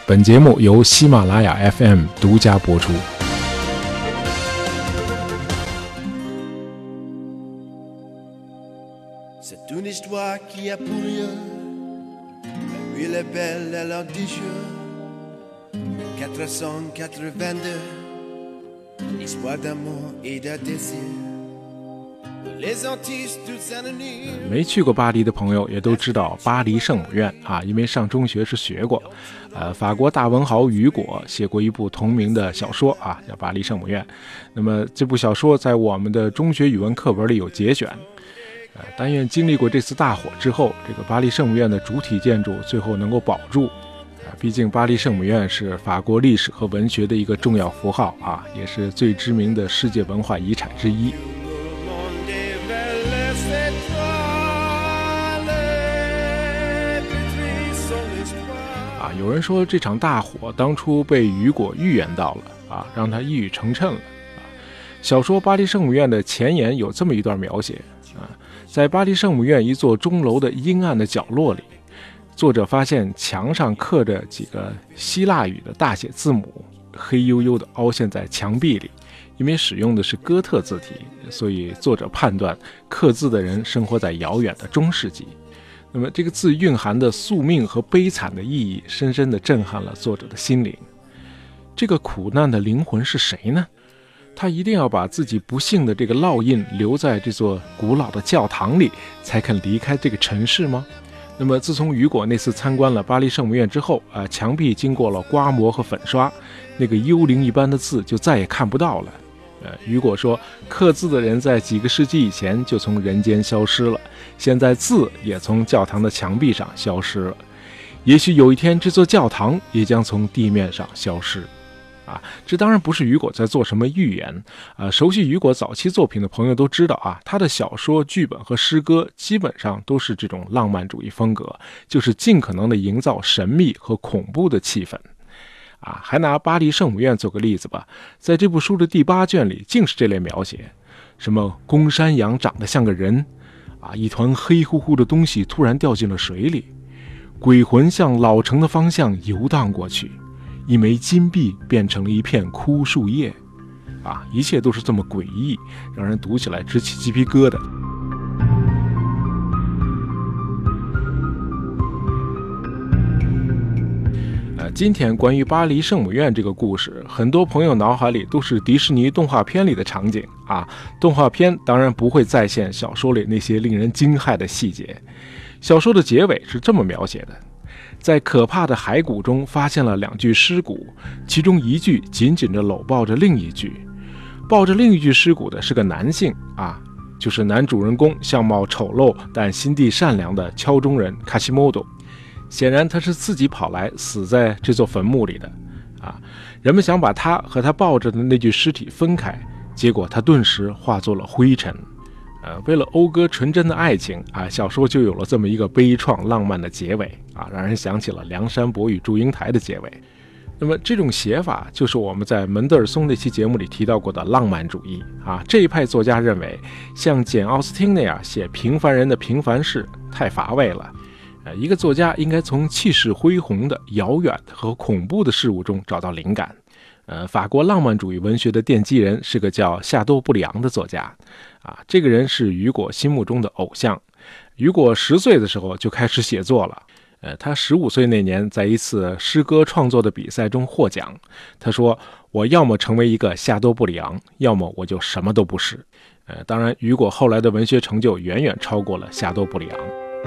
本节目由喜马拉雅 FM 独家播出。 C'est une histoire qui a pour rien, la ville est belle, elle a des jeux, 482, histoire d'amour et de désir.Les artistes tous anonymes。 没去过巴黎的朋友也都知道巴黎圣母院啊，因为上中学是学过。法国大文豪雨果写过一部同名的小说啊，叫《巴黎圣母院》。那么这部小说在我们的中学语文课本里有节选。但愿经历过这次大火之后，这个巴黎圣母院的主体建筑最后能够保住。毕竟巴黎圣母院是法国历史和文学的一个重要符号啊，也是最知名的世界文化遗产之一。有人说这场大火当初被雨果预言到了啊，让他一语成谶了啊。小说《巴黎圣母院》的前言有这么一段描写啊，在巴黎圣母院一座钟楼的阴暗的角落里，作者发现墙上刻着几个希腊语的大写字母，黑黝黝的凹陷在墙壁里。因为使用的是哥特字体，所以作者判断刻字的人生活在遥远的中世纪。那么这个字蕴含的宿命和悲惨的意义，深深地震撼了作者的心灵。这个苦难的灵魂是谁呢？他一定要把自己不幸的这个烙印留在这座古老的教堂里，才肯离开这个城市吗？那么自从雨果那次参观了巴黎圣母院之后墙壁经过了刮磨和粉刷，那个幽灵一般的字就再也看不到了。雨果说，刻字的人在几个世纪以前就从人间消失了，现在字也从教堂的墙壁上消失了，也许有一天这座教堂也将从地面上消失这当然不是雨果在做什么预言熟悉雨果早期作品的朋友都知道他的小说、剧本和诗歌基本上都是这种浪漫主义风格，就是尽可能的营造神秘和恐怖的气氛还拿巴黎圣母院做个例子吧，在这部书的第8卷里竟是这类描写，什么公山羊长得像个人一团黑乎乎的东西突然掉进了水里，鬼魂向老城的方向游荡过去，一枚金币变成了一片枯树叶一切都是这么诡异，让人读起来直起鸡皮疙瘩。今天关于巴黎圣母院这个故事，很多朋友脑海里都是迪士尼动画片里的场景动画片当然不会再现小说里那些令人惊骇的细节。小说的结尾是这么描写的，在可怕的骸骨中发现了2具尸骨，其中一具紧紧地搂抱着另一具，抱着另一具尸骨的是个男性就是男主人公相貌丑陋但心地善良的敲钟人卡西莫多。显然他是自己跑来死在这座坟墓里的人们想把他和他抱着的那具尸体分开，结果他顿时化作了灰尘为了讴歌纯真的爱情小说就有了这么一个悲怆浪漫的结尾让人想起了梁山伯与祝英台的结尾。那么这种写法就是我们在门德尔松那期节目里提到过的浪漫主义这一派作家认为像简奥斯汀那样写平凡人的平凡事太乏味了，一个作家应该从气势恢宏的、遥远的和恐怖的事物中找到灵感。法国浪漫主义文学的奠基人是个叫夏多布里昂的作家这个人是雨果心目中的偶像。雨果10岁的时候就开始写作了。他15岁那年在一次诗歌创作的比赛中获奖。他说，我要么成为一个夏多布里昂，要么我就什么都不是。当然雨果后来的文学成就远远超过了夏多布里昂。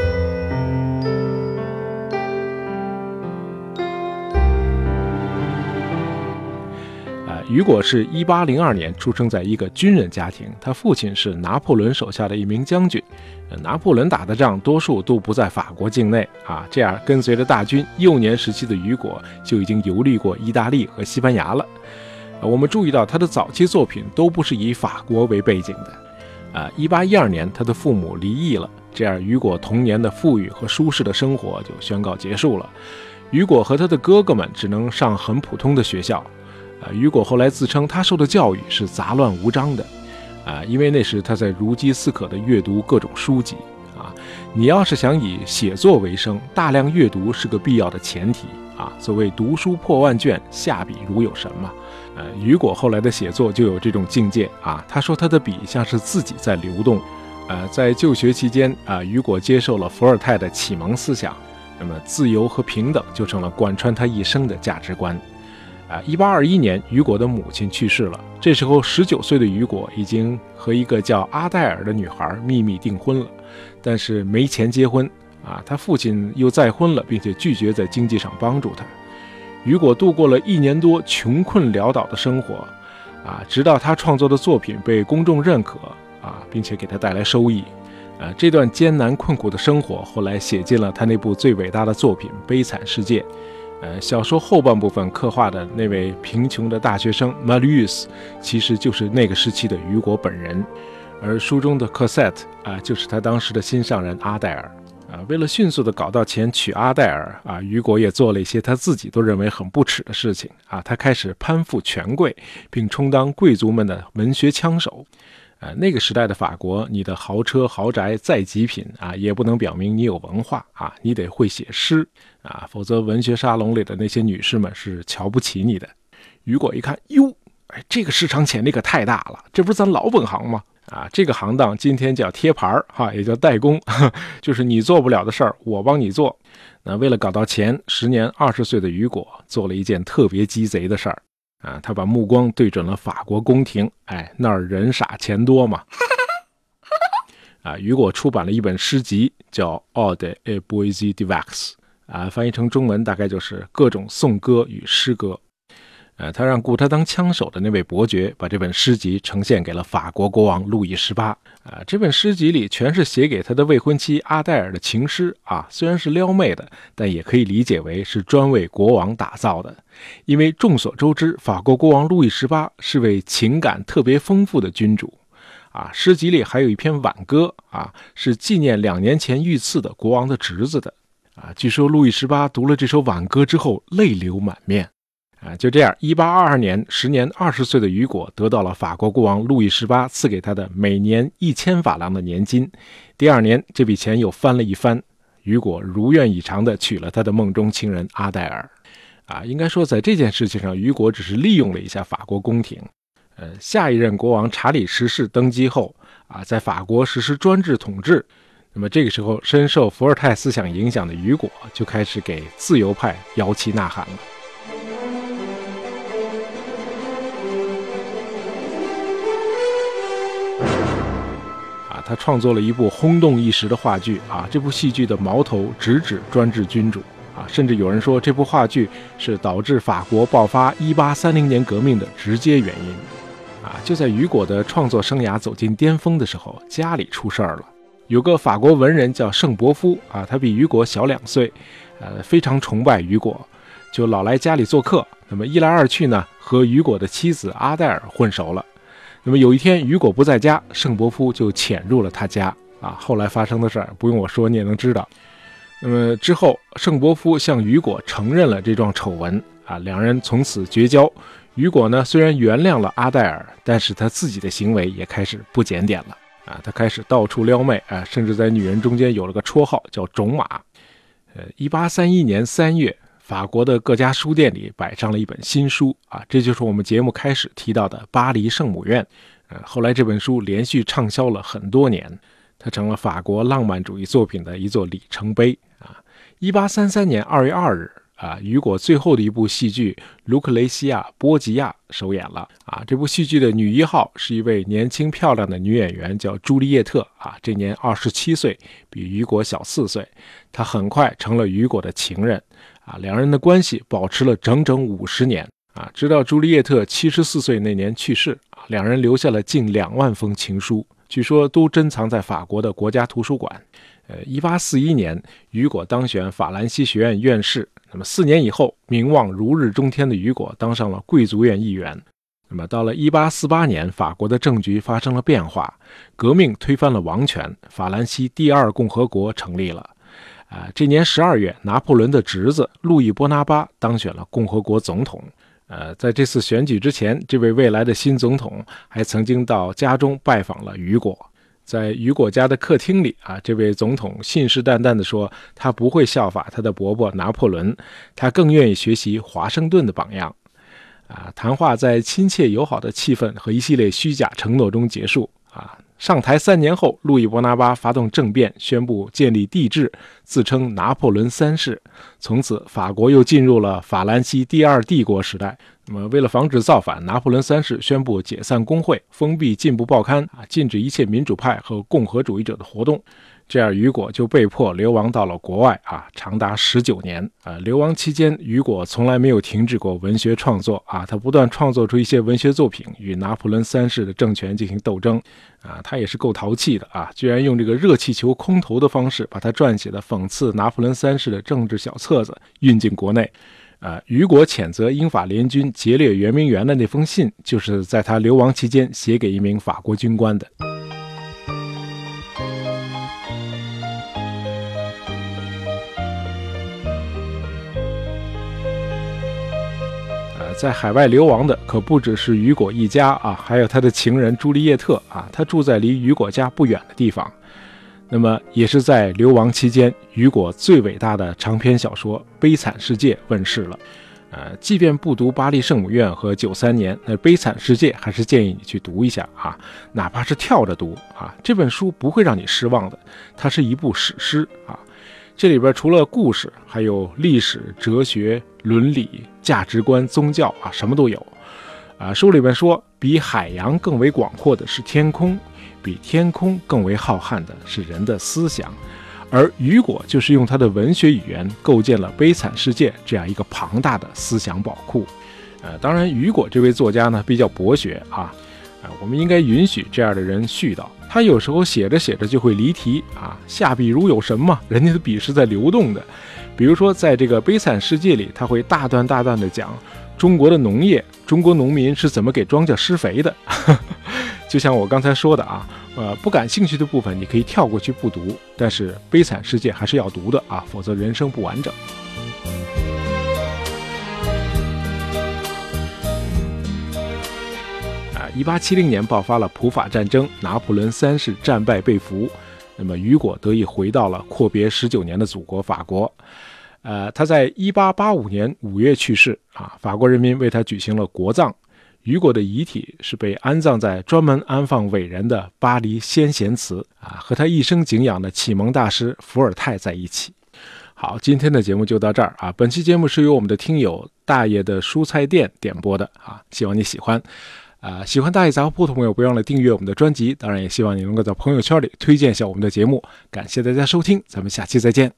雨果是1802年出生在一个军人家庭，他父亲是拿破仑手下的一名将军。拿破仑打的仗多数都不在法国境内这样跟随着大军，幼年时期的雨果就已经游历过意大利和西班牙了。我们注意到他的早期作品都不是以法国为背景的。1812年他的父母离异了，这样雨果童年的富裕和舒适的生活就宣告结束了。雨果和他的哥哥们只能上很普通的学校。雨果后来自称他受的教育是杂乱无章的因为那时他在如饥似渴地阅读各种书籍你要是想以写作为生，大量阅读是个必要的前提啊，所谓读书破万卷，下笔如有神嘛。雨果后来的写作就有这种境界啊。他说他的笔像是自己在流动。在就学期间啊，雨果接受了伏尔泰的启蒙思想，那么自由和平等就成了贯穿他一生的价值观。1821年，雨果的母亲去世了。这时候19岁的雨果已经和一个叫阿黛尔的女孩秘密订婚了，但是没钱结婚啊。他父亲又再婚了，并且拒绝在经济上帮助他。雨果度过了1年多穷困潦倒的生活啊，直到他创作的作品被公众认可啊，并且给他带来收益。这段艰难困苦的生活后来写进了他那部最伟大的作品《悲惨世界》。小说后半部分刻画的那位贫穷的大学生 Marius 其实就是那个时期的雨果本人，而书中的 Cosette 就是他当时的心上人阿黛尔。为了迅速的搞到钱娶阿黛尔雨果也做了一些他自己都认为很不耻的事情他开始攀附权贵，并充当贵族们的文学枪手。那个时代的法国，你的豪车豪宅再极品也不能表明你有文化你得会写诗否则文学沙龙里的那些女士们是瞧不起你的。雨果一看，哟，这个市场潜力可太大了，这不是咱老本行吗？这个行当今天叫贴牌也叫代工，就是你做不了的事儿，我帮你做。那为了搞到钱，时年20岁的雨果做了一件特别鸡贼的事儿他把目光对准了法国宫廷，那儿人傻钱多嘛。雨果出版了一本诗集，叫《Ode et Poésie Diverses》翻译成中文大概就是各种颂歌与诗歌。他让雇他当枪手的那位伯爵把这本诗集呈现给了法国国王路易18。这本诗集里全是写给他的未婚妻阿黛尔的情诗虽然是撩妹的，但也可以理解为是专为国王打造的。因为众所周知，法国国王路易18是位情感特别丰富的君主诗集里还有一篇挽歌是纪念2年前遇刺的国王的侄子的据说路易18读了这首挽歌之后泪流满面就这样，1822年，时年20岁的雨果得到了法国国王路易18赐给他的每年1000法郎的年金。第2年，这笔钱又翻了一番，雨果如愿以偿地娶了他的梦中情人阿黛尔。应该说在这件事情上，雨果只是利用了一下法国宫廷。下一任国王查理10世登基后在法国实施专制统治。那么这个时候，深受伏尔泰思想影响的雨果就开始给自由派摇旗呐喊了。他创作了一部轰动一时的话剧这部戏剧的矛头直指专制君主甚至有人说这部话剧是导致法国爆发1830年革命的直接原因就在雨果的创作生涯走进巅峰的时候，家里出事儿了。有个法国文人叫圣伯夫他比雨果小2岁非常崇拜雨果，就老来家里做客。那么一来二去呢，和雨果的妻子阿黛尔混熟了。那么有一天雨果不在家，圣伯夫就潜入了他家后来发生的事儿不用我说你也能知道。那么之后圣伯夫向雨果承认了这桩丑闻两人从此绝交。雨果呢虽然原谅了阿黛尔，但是他自己的行为也开始不检点了他开始到处撩妹甚至在女人中间有了个绰号叫种马。1831年3月，法国的各家书店里摆上了一本新书这就是我们节目开始提到的《巴黎圣母院》。后来这本书连续畅销了很多年，它成了法国浪漫主义作品的一座里程碑1833年2月2日雨果最后的一部戏剧《卢克雷西亚·波吉亚》首演了这部戏剧的女一号是一位年轻漂亮的女演员，叫朱丽叶特这年27岁，比雨果小4岁。她很快成了雨果的情人两人的关系保持了整整50年直到朱丽叶特74岁那年去世两人留下了近2万封情书，据说都珍藏在法国的国家图书馆。1841年，雨果当选法兰西学院院士。那么4年以后，名望如日中天的雨果当上了贵族院议员。那么到了1848年，法国的政局发生了变化，革命推翻了王权，法兰西第2共和国成立了。这年12月，拿破仑的侄子路易波拿巴当选了共和国总统。在这次选举之前，这位未来的新总统还曾经到家中拜访了雨果。 在雨果家的客厅里啊，这位总统信誓旦旦地说，他不会效法他的伯伯拿破仑，他更愿意学习华盛顿的榜样。谈话在亲切友好的气氛和一系列虚假承诺中结束。上台3年后，路易伯拿巴发动政变，宣布建立帝制，自称拿破仑3世。从此，法国又进入了法兰西第2帝国时代。那么，为了防止造反，拿破仑3世宣布解散工会，封闭进步报刊，禁止一切民主派和共和主义者的活动。这样，雨果就被迫流亡到了国外长达19年。流亡期间，雨果从来没有停止过文学创作他不断创作出一些文学作品，与拿破仑3世的政权进行斗争。他也是够淘气的居然用这个热气球空投的方式，把他撰写的讽刺拿破仑3世的政治小册子运进国内。雨果谴责英法联军劫掠圆明园的那封信，就是在他流亡期间写给一名法国军官的。在海外流亡的可不只是雨果一家还有他的情人朱丽叶特他住在离雨果家不远的地方。那么也是在流亡期间，雨果最伟大的长篇小说《悲惨世界》问世了。即便不读巴黎圣母院和93年，那《悲惨世界》还是建议你去读一下哪怕是跳着读这本书不会让你失望的，它是一部史诗这里边除了故事，还有历史、哲学、伦理、价值观、宗教什么都有。书里面说，比海洋更为广阔的是天空，比天空更为浩瀚的是人的思想。而雨果就是用他的文学语言构建了《悲惨世界》这样一个庞大的思想宝库。当然，雨果这位作家呢比较博学我们应该允许这样的人絮叨。他有时候写着写着就会离题下笔如有神嘛，人家的笔是在流动的。比如说在这个悲惨世界里，他会大段大段的讲中国的农业，中国农民是怎么给庄稼施肥的就像我刚才说的不感兴趣的部分你可以跳过去不读，但是悲惨世界还是要读的否则人生不完整。1870年爆发了普法战争，拿破仑3世战败被俘，那么雨果得以回到了阔别19年的祖国法国。他在1885年5月去世法国人民为他举行了国葬。雨果的遗体是被安葬在专门安放伟人的巴黎先贤祠和他一生敬仰的启蒙大师伏尔泰在一起。好，今天的节目就到这儿本期节目是由我们的听友大爷的蔬菜店点播的希望你喜欢。喜欢大爷杂货铺的朋友不要忘了订阅我们的专辑，当然也希望你能够在朋友圈里推荐一下我们的节目。感谢大家收听，咱们下期再见。